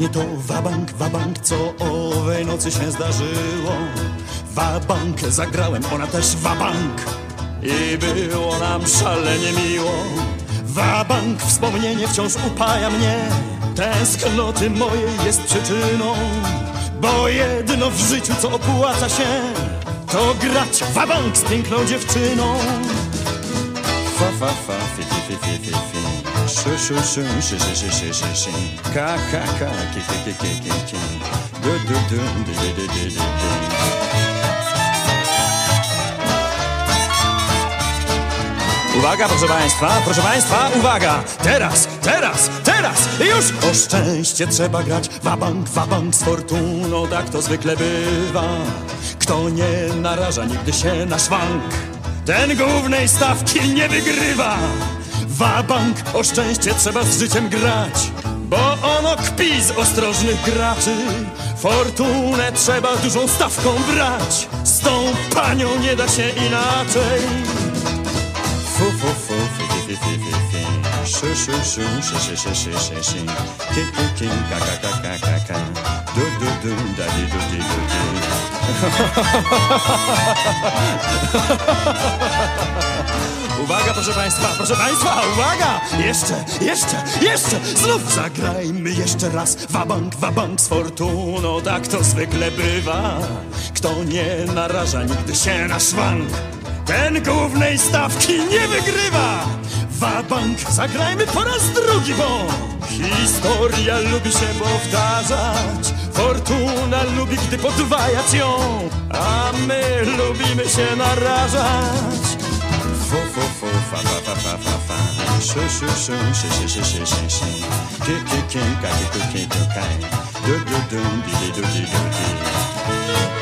Właśnie to wabank, wabank, co owej nocy się zdarzyło. Wabank zagrałem, ona też wabank i było nam szalenie miło. Wabank, wspomnienie wciąż upaja mnie, tęsknoty mojej jest przyczyną. Bo jedno w życiu, co opłaca się, to grać wabank z piękną dziewczyną. Fa, fa, fa, fi, fi, fi, fi, fi, fi. Szu, szu, szu, szy, szy, szy, szy, szy, szy. Ka, ka, ka, ki, ki, ki, ki, ki, ki. Du, du, du, du, du, du, du, du. Uwaga, proszę państwa, proszę państwa, uwaga! Teraz, teraz, teraz, już! O szczęście trzeba grać, wabank, wabank z fortuną, tak to zwykle bywa. Kto nie naraża nigdy się na szwank, ten głównej stawki nie wygrywa. Wabank, o szczęście trzeba z życiem grać, bo ono kpi z ostrożnych graczy. Fortunę trzeba dużą stawką brać, z tą panią nie da się inaczej. Fu, fu, fu, fi, fi, fi, fi, fi. Szu, szu, szu, szy, szy, szy, szy, szy, szy. Ki, ki, ki, ka, ka, ka, ka, ka, ka. Du, du, du, da, di, du, di, du, di. Uwaga, proszę państwa, proszę państwa, uwaga! Jeszcze, jeszcze, jeszcze! Znów zagrajmy jeszcze raz. Wabank, wabank z fortuną, tak to zwykle bywa. Kto nie naraża nigdy się na szwank, ten głównej stawki nie wygrywa. Wabank, zagrajmy po raz drugi, bo historia lubi się powtarzać. Fortuna lubi, gdy podwajać ją, a my lubimy się narażać. Fu, fu, fu, fa, fa, fa, fa, fa, fa. Szu, szu, szu, szy, szy, szy, szy, szy, szy. Ki, ki, ki, ka, ki, ku, ki, ku, kaj. Du, du, du, di, di, du, di, du, di.